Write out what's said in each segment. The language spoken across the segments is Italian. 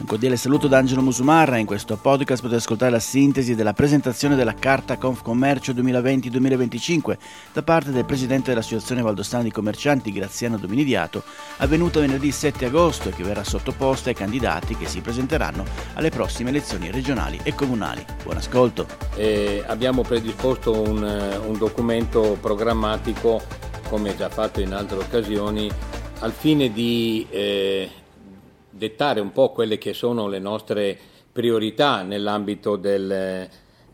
Un cordiale saluto da Angelo Musumarra. In questo podcast potete ascoltare la sintesi della presentazione della Carta Confcommercio 2020-2025 da parte del presidente dell'Associazione Valdostana di Commercianti, Graziano Dominidiato, avvenuta venerdì 7 agosto e che verrà sottoposta ai candidati che si presenteranno alle prossime elezioni regionali e comunali. Buon ascolto. Abbiamo predisposto un documento programmatico, come già fatto in altre occasioni, al fine di dettare un po' quelle che sono le nostre priorità nell'ambito del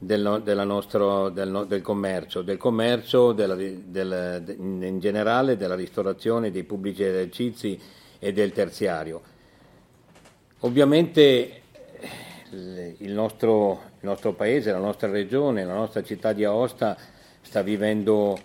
commercio, in generale della ristorazione, dei pubblici esercizi e del terziario. Ovviamente il nostro paese, la nostra regione, la nostra città di Aosta sta vivendo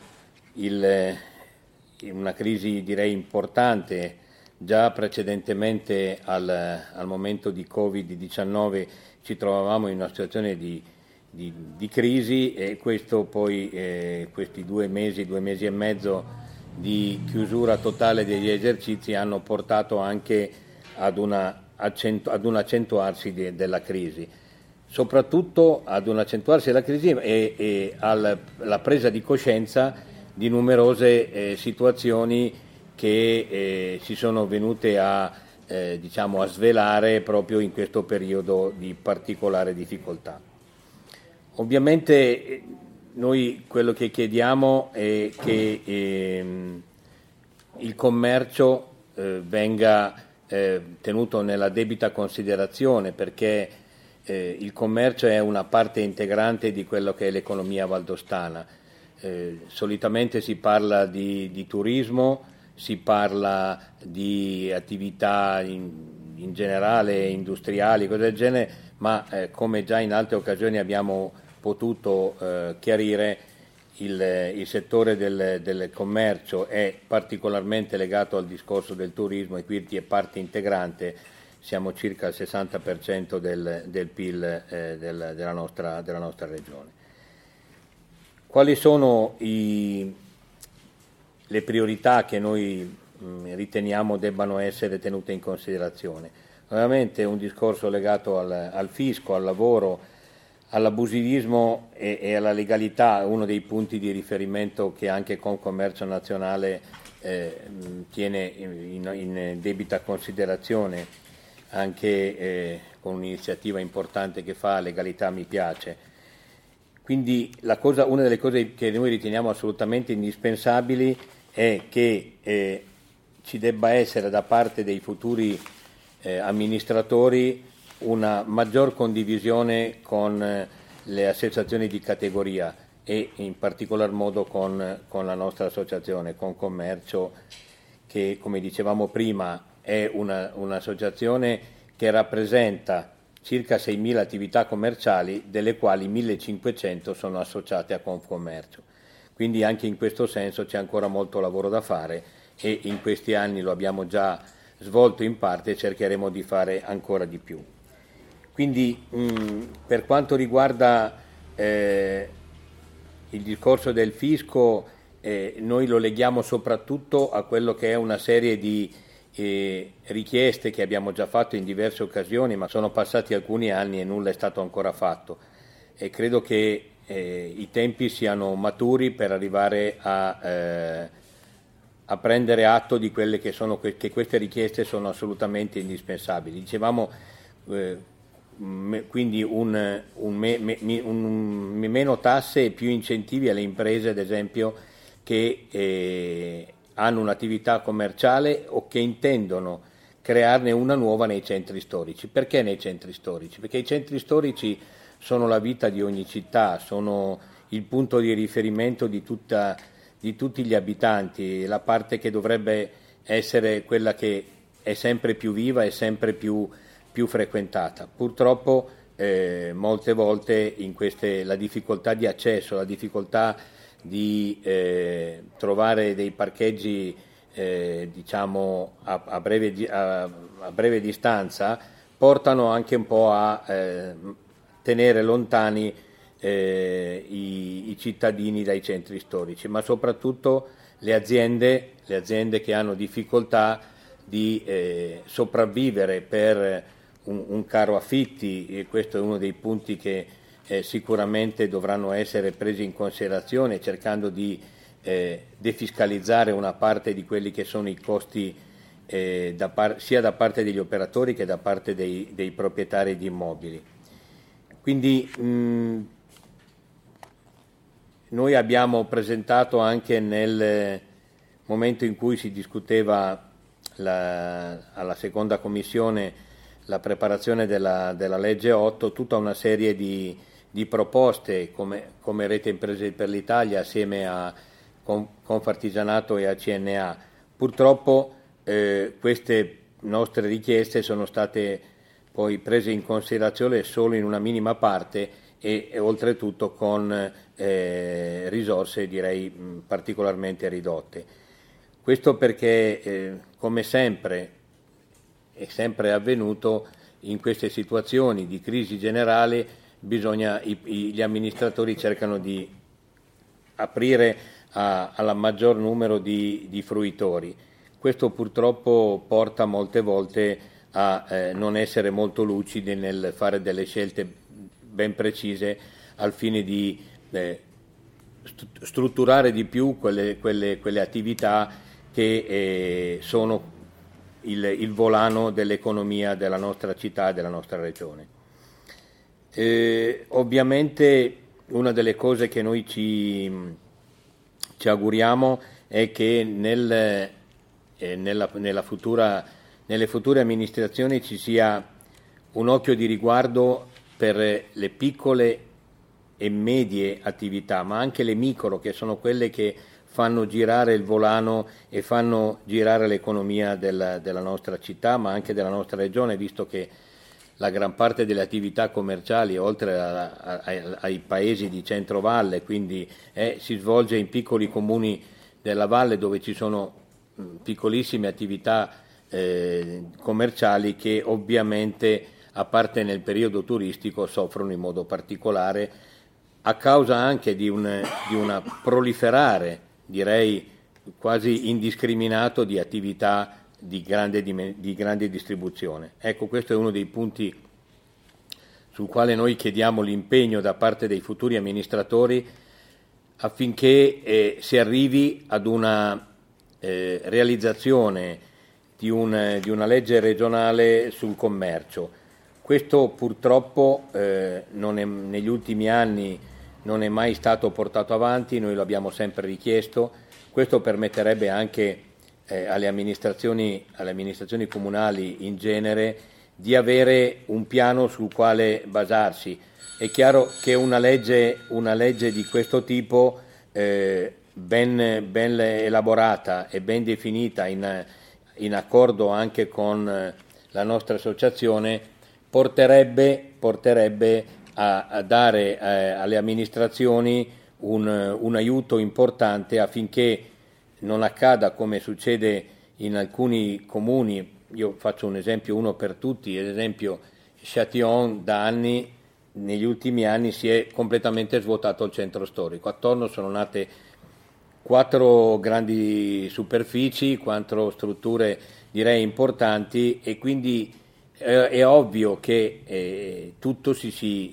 una crisi direi importante. Già precedentemente al momento di Covid-19 ci trovavamo in una situazione di crisi e questo poi questi 2 mesi e mezzo di chiusura totale degli esercizi hanno portato anche ad un accentuarsi della crisi, soprattutto ad un accentuarsi della crisi e alla presa di coscienza di numerose situazioni che si sono venute a svelare proprio in questo periodo di particolare difficoltà. Ovviamente noi quello che chiediamo è che il commercio venga tenuto nella debita considerazione, perché il commercio è una parte integrante di quello che è l'economia valdostana. Solitamente si parla di turismo, si parla di attività in generale, industriali, cose del genere, ma come già in altre occasioni abbiamo potuto chiarire, il settore del commercio è particolarmente legato al discorso del turismo e quindi è parte integrante, siamo circa al 60% del PIL della nostra regione. Quali sono le priorità che noi riteniamo debbano essere tenute in considerazione? Ovviamente un discorso legato al fisco, al lavoro, all'abusivismo e alla legalità, uno dei punti di riferimento che anche Confcommercio Nazionale tiene in debita considerazione, anche con un'iniziativa importante che fa Legalità Mi Piace. Quindi una delle cose che noi riteniamo assolutamente indispensabili è che ci debba essere da parte dei futuri amministratori una maggior condivisione con le associazioni di categoria e in particolar modo con la nostra associazione, Confcommercio, che come dicevamo prima è un'associazione che rappresenta circa 6.000 attività commerciali, delle quali 1.500 sono associate a Confcommercio. Quindi anche in questo senso c'è ancora molto lavoro da fare e in questi anni lo abbiamo già svolto in parte e cercheremo di fare ancora di più. Quindi per quanto riguarda il discorso del fisco, noi lo leghiamo soprattutto a quello che è una serie di richieste che abbiamo già fatto in diverse occasioni, ma sono passati alcuni anni e nulla è stato ancora fatto e credo che i tempi siano maturi per arrivare a prendere atto di quelle che sono che queste richieste sono assolutamente indispensabili. Dicevamo quindi meno tasse e più incentivi alle imprese, ad esempio, che hanno un'attività commerciale o che intendono crearne una nuova nei centri storici. Perché nei centri storici? Perché i centri storici sono la vita di ogni città, sono il punto di riferimento di tutti gli abitanti, la parte che dovrebbe essere quella che è sempre più viva e sempre più frequentata. Purtroppo molte volte la difficoltà di accesso, la difficoltà di trovare dei parcheggi a breve distanza portano anche un po' a tenere lontani i cittadini dai centri storici, ma soprattutto le aziende che hanno difficoltà di sopravvivere per un caro affitti, e questo è uno dei punti che sicuramente dovranno essere presi in considerazione, cercando di defiscalizzare una parte di quelli che sono i costi sia da parte degli operatori che da parte dei proprietari di immobili. Quindi noi abbiamo presentato anche nel momento in cui si discuteva alla seconda commissione la preparazione della legge 8, tutta una serie di proposte come Rete Imprese per l'Italia assieme a Confartigianato e a CNA. Purtroppo queste nostre richieste sono state poi prese in considerazione solo in una minima parte e oltretutto con risorse direi particolarmente ridotte. Questo perché come sempre è sempre avvenuto in queste situazioni di crisi generale, gli amministratori cercano di aprire alla maggior numero di fruitori. Questo purtroppo porta molte volte a non essere molto lucidi nel fare delle scelte ben precise al fine di strutturare di più quelle attività che sono il volano dell'economia della nostra città e della nostra regione. Ovviamente una delle cose che noi ci auguriamo è che nelle future amministrazioni ci sia un occhio di riguardo per le piccole e medie attività, ma anche le micro, che sono quelle che fanno girare il volano e fanno girare l'economia della nostra città, ma anche della nostra regione, visto che la gran parte delle attività commerciali, oltre ai paesi di centro-valle, quindi si svolge in piccoli comuni della valle dove ci sono piccolissime attività commerciali che ovviamente, a parte nel periodo turistico, soffrono in modo particolare a causa anche di una proliferare, direi quasi indiscriminato, di attività di grande distribuzione. Ecco, questo è uno dei punti sul quale noi chiediamo l'impegno da parte dei futuri amministratori affinché si arrivi ad una realizzazione di una legge regionale sul commercio. Questo purtroppo negli ultimi anni non è mai stato portato avanti, noi lo abbiamo sempre richiesto. Questo permetterebbe anche alle amministrazioni comunali in genere di avere un piano sul quale basarsi. È chiaro che una legge di questo tipo ben elaborata e ben definita in accordo anche con la nostra associazione porterebbe a dare alle amministrazioni un aiuto importante affinché non accada come succede in alcuni comuni. Io faccio un esempio, uno per tutti, ad esempio Châtillon negli ultimi anni si è completamente svuotato il centro storico. Attorno sono nate 4 grandi superfici, 4 strutture direi importanti, e quindi è ovvio che tutti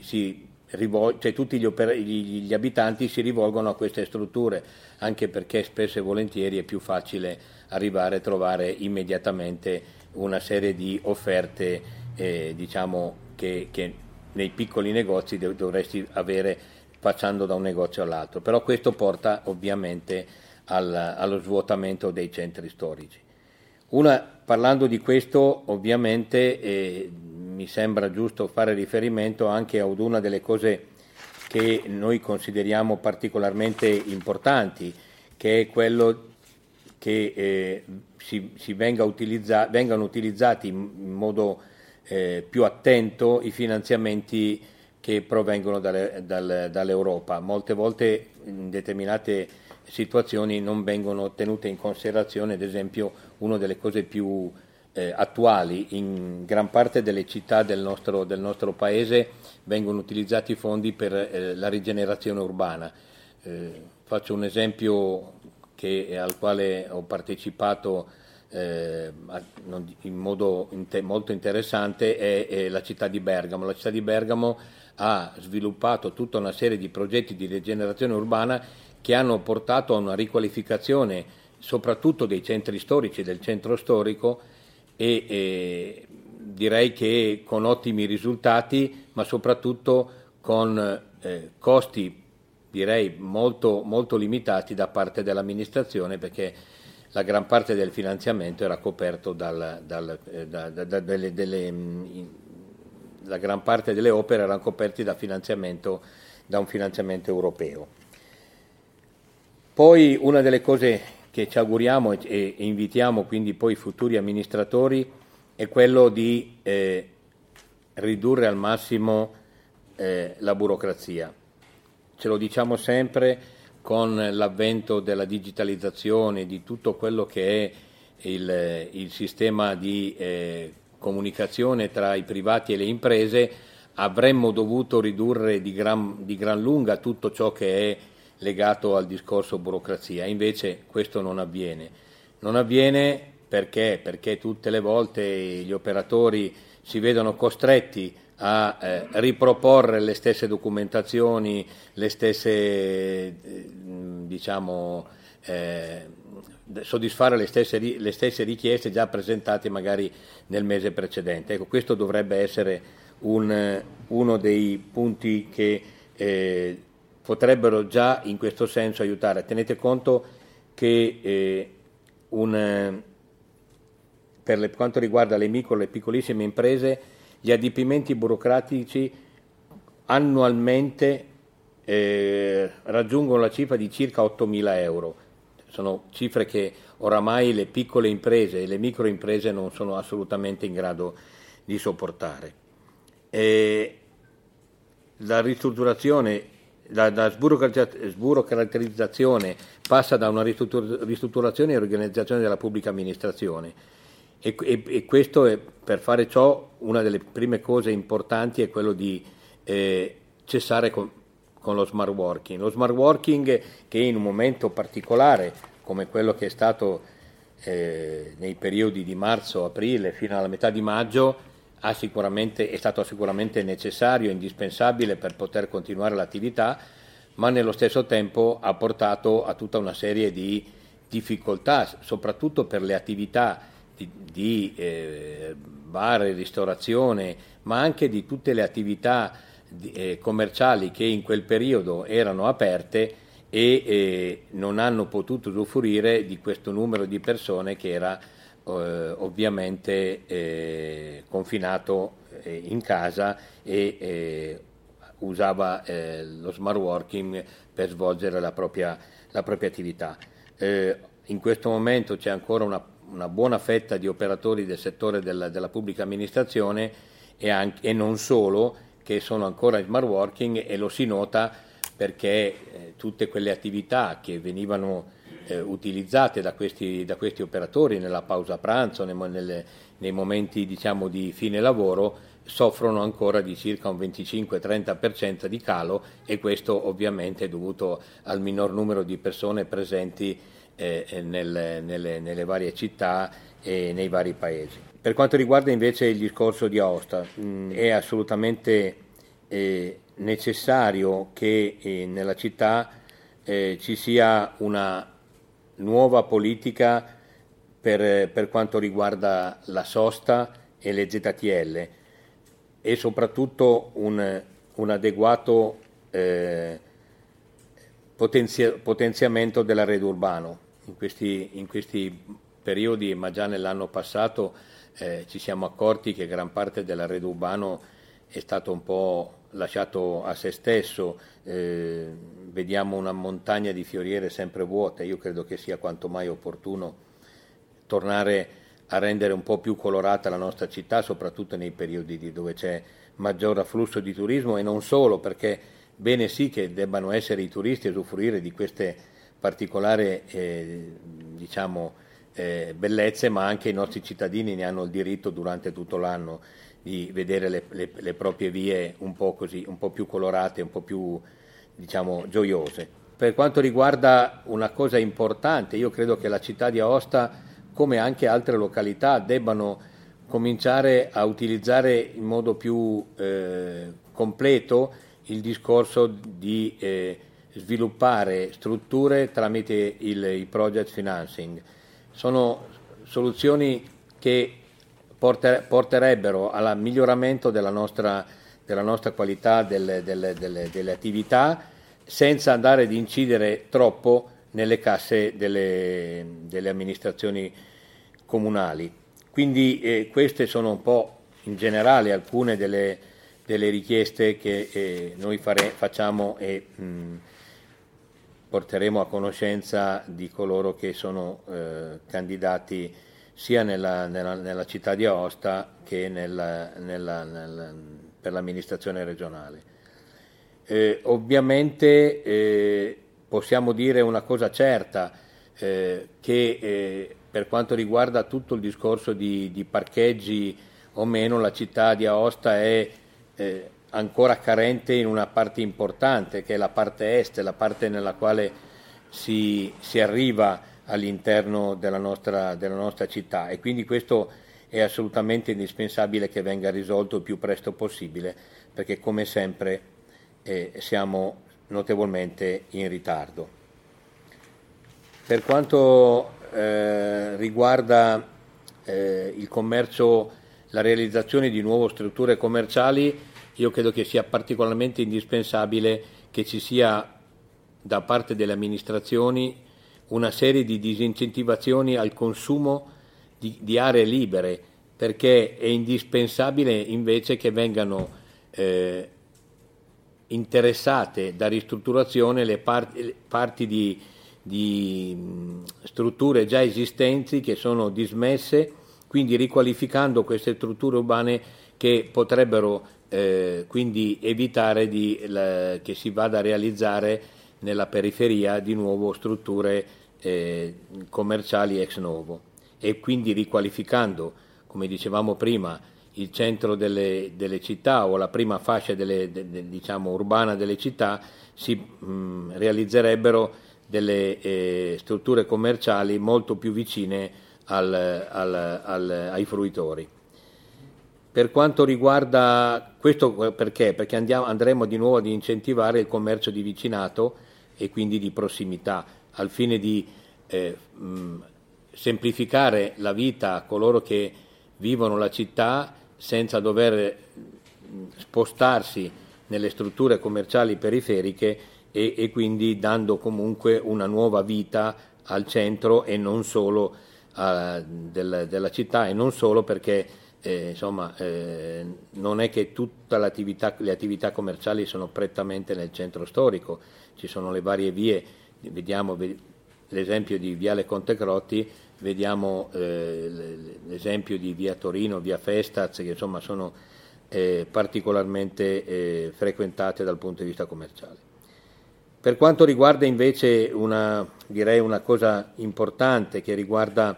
gli abitanti si rivolgono a queste strutture, anche perché spesso e volentieri è più facile arrivare a trovare immediatamente una serie di offerte che nei piccoli negozi dovresti avere passando da un negozio all'altro. Però questo porta ovviamente allo svuotamento dei centri storici. Parlando di questo, ovviamente mi sembra giusto fare riferimento anche ad una delle cose che noi consideriamo particolarmente importanti, che è quello che vengano utilizzati in modo più attento i finanziamenti che provengono dall'Europa. Molte volte in determinate situazioni non vengono tenute in considerazione, ad esempio una delle cose più attuali: in gran parte delle città del nostro paese vengono utilizzati fondi per la rigenerazione urbana. Faccio un esempio al quale ho partecipato in modo molto interessante è la città di Bergamo. La città di Bergamo ha sviluppato tutta una serie di progetti di rigenerazione urbana che hanno portato a una riqualificazione soprattutto dei centri storici, del centro storico, e direi che con ottimi risultati, ma soprattutto con costi direi molto, molto limitati da parte dell'amministrazione, perché la gran parte del finanziamento era coperto la gran parte delle opere erano coperti da un finanziamento europeo. Poi una delle cose che ci auguriamo e invitiamo quindi poi i futuri amministratori è quello di ridurre al massimo la burocrazia. Ce lo diciamo sempre con l'avvento della digitalizzazione, di tutto quello che è il sistema di comunicazione tra i privati e le imprese. Avremmo dovuto ridurre di gran lunga tutto ciò che è legato al discorso burocrazia, invece questo non avviene. Non avviene perché tutte le volte gli operatori si vedono costretti a riproporre le stesse documentazioni, le stesse soddisfare le stesse richieste già presentate magari nel mese precedente. Ecco, questo dovrebbe essere uno dei punti che potrebbero già in questo senso aiutare. Tenete conto che per quanto riguarda le micro e piccolissime imprese, gli adempimenti burocratici annualmente raggiungono la cifra di circa 8.000 euro. Sono cifre che oramai le piccole imprese e le micro imprese non sono assolutamente in grado di sopportare. La ristrutturazione, la sburocratizzazione passa da una ristrutturazione e organizzazione della pubblica amministrazione. E questo per fare ciò una delle prime cose importanti è quello di cessare con lo smart working. Lo smart working, che in un momento particolare come quello che è stato nei periodi di marzo-aprile fino alla metà di maggio è stato sicuramente necessario e indispensabile per poter continuare l'attività, ma nello stesso tempo ha portato a tutta una serie di difficoltà, soprattutto per le attività di bar e ristorazione, ma anche di tutte le attività commerciali che in quel periodo erano aperte e non hanno potuto usufruire di questo numero di persone che era ovviamente confinato in casa e usava lo smart working per svolgere la propria attività. In questo momento c'è ancora una buona fetta di operatori del settore della pubblica amministrazione e non solo, che sono ancora in smart working, e lo si nota perché tutte quelle attività che venivano utilizzate da questi operatori nella pausa pranzo, nei momenti diciamo di fine lavoro, soffrono ancora di circa un 25-30% di calo, e questo ovviamente è dovuto al minor numero di persone presenti nelle varie città e nei vari paesi. Per quanto riguarda invece il discorso di Aosta, è assolutamente necessario che nella città ci sia una nuova politica per quanto riguarda la sosta e le ZTL, e soprattutto un adeguato potenziamento dell'arredo urbano. In questi periodi, ma già nell'anno passato, ci siamo accorti che gran parte dell'arredo urbano è stato un po' lasciato a se stesso. Vediamo una montagna di fioriere sempre vuote. Io credo che sia quanto mai opportuno tornare a rendere un po' più colorata la nostra città, soprattutto nei periodi dove c'è maggior afflusso di turismo, e non solo, perché bene sì che debbano essere i turisti a usufruire di queste particolari bellezze, ma anche i nostri cittadini ne hanno il diritto durante tutto l'anno di vedere le proprie vie un po' più colorate, un po' più gioiose. Per quanto riguarda una cosa importante, io credo che la città di Aosta, come anche altre località debbano cominciare a utilizzare in modo più completo il discorso di sviluppare strutture tramite i project financing. Sono soluzioni che porterebbero al miglioramento della nostra qualità delle attività, senza andare ad incidere troppo nelle casse delle amministrazioni comunali. Quindi queste sono un po' in generale alcune delle richieste che noi facciamo e porteremo a conoscenza di coloro che sono candidati sia nella città di Aosta che per l'amministrazione regionale. Ovviamente possiamo dire una cosa certa, che per quanto riguarda tutto il discorso di parcheggi o meno, la città di Aosta è ancora carente in una parte importante, che è la parte est, la parte nella quale si arriva all'interno della nostra città, e quindi questo è assolutamente indispensabile che venga risolto il più presto possibile, perché come sempre siamo notevolmente in ritardo. Per quanto riguarda il commercio, la realizzazione di nuove strutture commerciali, io credo che sia particolarmente indispensabile che ci sia da parte delle amministrazioni una serie di disincentivazioni al consumo di aree libere, perché è indispensabile invece che vengano interessate da ristrutturazione le parti di strutture già esistenti che sono dismesse, quindi riqualificando queste strutture urbane che potrebbero quindi evitare che si vada a realizzare nella periferia di nuovo strutture commerciali ex novo, e quindi riqualificando, come dicevamo prima, il centro delle città o la prima fascia diciamo urbana delle città, si realizzerebbero delle strutture commerciali molto più vicine ai fruitori. Per quanto riguarda questo, perché andremo di nuovo ad incentivare il commercio di vicinato e quindi di prossimità, al fine di semplificare la vita a coloro che vivono la città senza dover spostarsi nelle strutture commerciali periferiche, e quindi dando comunque una nuova vita al centro e non solo della città, e non solo perché non è che tutte le attività commerciali sono prettamente nel centro storico, ci sono le varie vie, vediamo l'esempio di Viale Conte Crotti, vediamo l'esempio di Via Torino, Via Festaz, che insomma sono particolarmente frequentate dal punto di vista commerciale. Per quanto riguarda invece una cosa importante che riguarda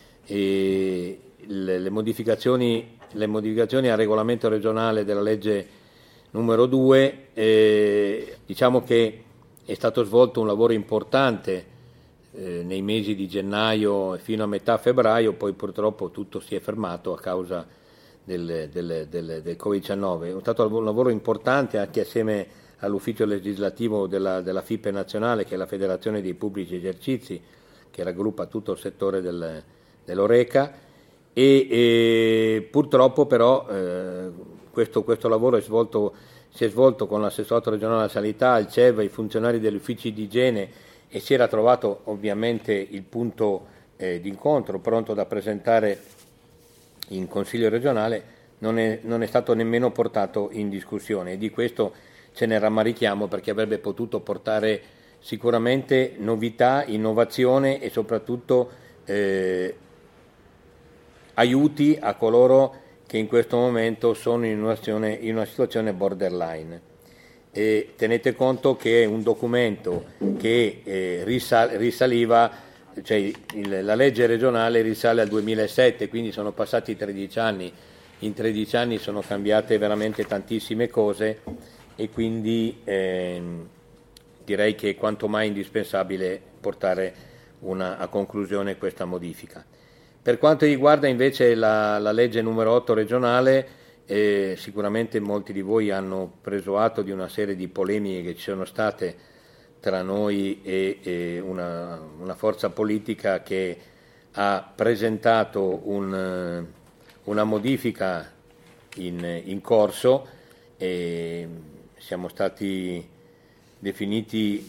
le modificazioni al regolamento regionale della legge numero 2, diciamo che è stato svolto un lavoro importante nei mesi di gennaio fino a metà febbraio, poi purtroppo tutto si è fermato a causa del Covid-19. È stato un lavoro importante anche assieme all'ufficio legislativo della FIPE nazionale, che è la Federazione dei Pubblici Esercizi, che raggruppa tutto il settore dell'Oreca, e purtroppo però questo lavoro si è svolto con l'assessorato regionale alla sanità, il CEV, i funzionari degli uffici di igiene, e si era trovato ovviamente il punto d'incontro pronto da presentare in Consiglio regionale, non è stato nemmeno portato in discussione, e di questo ce ne rammarichiamo, perché avrebbe potuto portare sicuramente novità, innovazione e soprattutto aiuti a coloro che in questo momento sono in una situazione borderline. E tenete conto che è un documento che risaliva, cioè la legge regionale risale al 2007, quindi sono passati 13 anni. In 13 anni sono cambiate veramente tantissime cose, e quindi direi che è quanto mai indispensabile portare a conclusione questa modifica. Per quanto riguarda invece la legge numero 8 regionale, sicuramente molti di voi hanno preso atto di una serie di polemiche che ci sono state tra noi e una forza politica che ha presentato una modifica in corso, e siamo stati definiti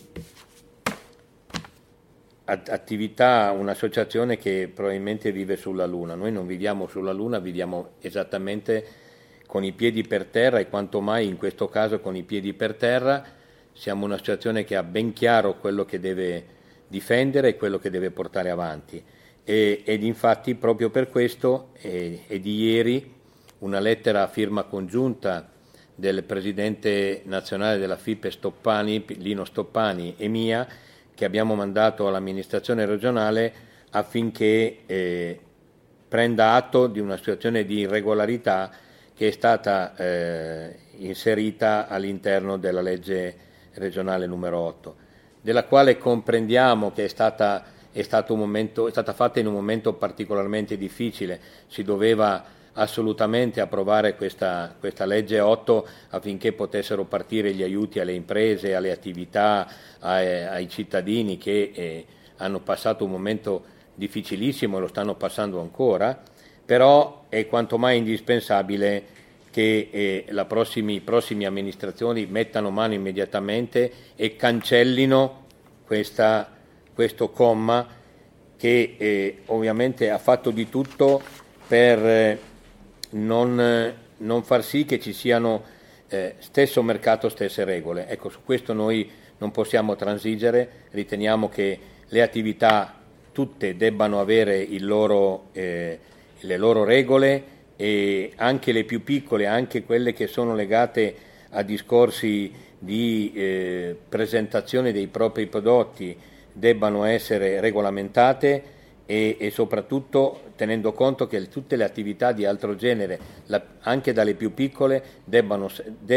attività, un'associazione che probabilmente vive sulla Luna. Noi non viviamo sulla Luna, viviamo esattamente con i piedi per terra, e quanto mai in questo caso con i piedi per terra. Siamo un'associazione che ha ben chiaro quello che deve difendere e quello che deve portare avanti, ed infatti proprio per questo è di ieri una lettera a firma congiunta del presidente nazionale della FIPE Stoppani, Lino Stoppani, e mia, che abbiamo mandato all'amministrazione regionale affinché prenda atto di una situazione di irregolarità che è stata inserita all'interno della legge regionale numero 8, della quale comprendiamo che è stata fatta in un momento particolarmente difficile. Si doveva assolutamente approvare questa legge 8 affinché potessero partire gli aiuti alle imprese, alle attività, ai cittadini che hanno passato un momento difficilissimo e lo stanno passando ancora, però è quanto mai indispensabile che i prossimi amministrazioni mettano mano immediatamente e cancellino questo comma che ovviamente ha fatto di tutto per non far sì che ci siano stesso mercato, stesse regole. Ecco, su questo noi non possiamo transigere, riteniamo che le attività tutte debbano avere le loro regole, e anche le più piccole, anche quelle che sono legate a discorsi di presentazione dei propri prodotti, debbano essere regolamentate, e soprattutto tenendo conto che tutte le attività di altro genere, anche dalle più piccole, devono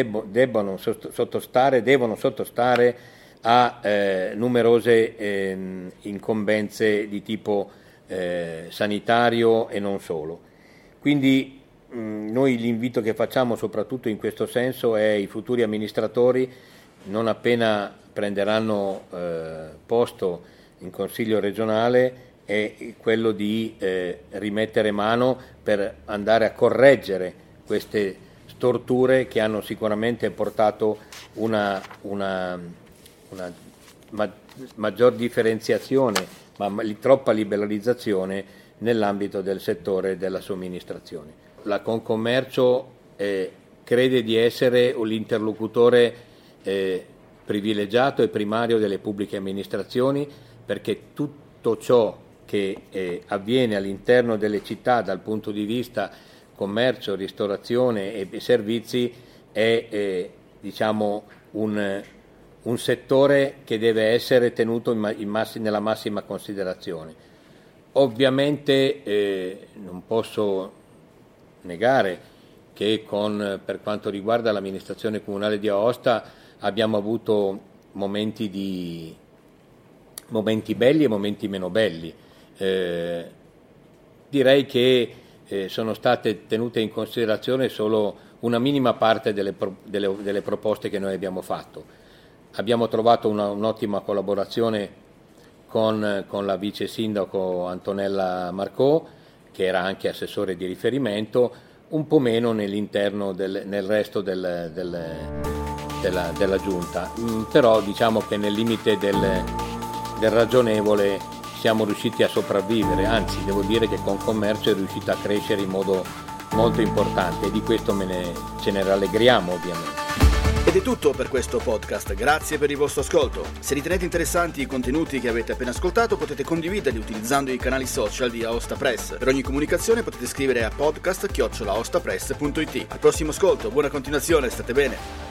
sottostare a numerose incombenze di tipo sanitario e non solo. Quindi noi l'invito che facciamo soprattutto in questo senso è ai futuri amministratori, non appena prenderanno posto in Consiglio regionale, è quello di rimettere mano per andare a correggere queste storture che hanno sicuramente portato una maggior differenziazione, ma troppa liberalizzazione nell'ambito del settore della somministrazione. La Confcommercio crede di essere l'interlocutore privilegiato e primario delle pubbliche amministrazioni, perché tutto ciò che avviene all'interno delle città dal punto di vista commercio, ristorazione e servizi è un settore che deve essere tenuto nella massima considerazione. Ovviamente non posso negare che per quanto riguarda l'amministrazione comunale di Aosta abbiamo avuto momenti belli e momenti meno belli. Direi che sono state tenute in considerazione solo una minima parte delle proposte che noi abbiamo fatto. Abbiamo trovato un'ottima collaborazione con la vice sindaco Antonella Marcò, che era anche assessore di riferimento, un po' meno nel resto della giunta, però diciamo che nel limite del ragionevole siamo riusciti a sopravvivere, anzi devo dire che Confcommercio è riuscita a crescere in modo molto importante, e di questo ce ne rallegriamo ovviamente. Ed è tutto per questo podcast, grazie per il vostro ascolto. Se ritenete interessanti i contenuti che avete appena ascoltato, potete condividerli utilizzando i canali social di Aosta Press. Per ogni comunicazione potete scrivere a podcast@aostapress.it. Al prossimo ascolto, buona continuazione, state bene.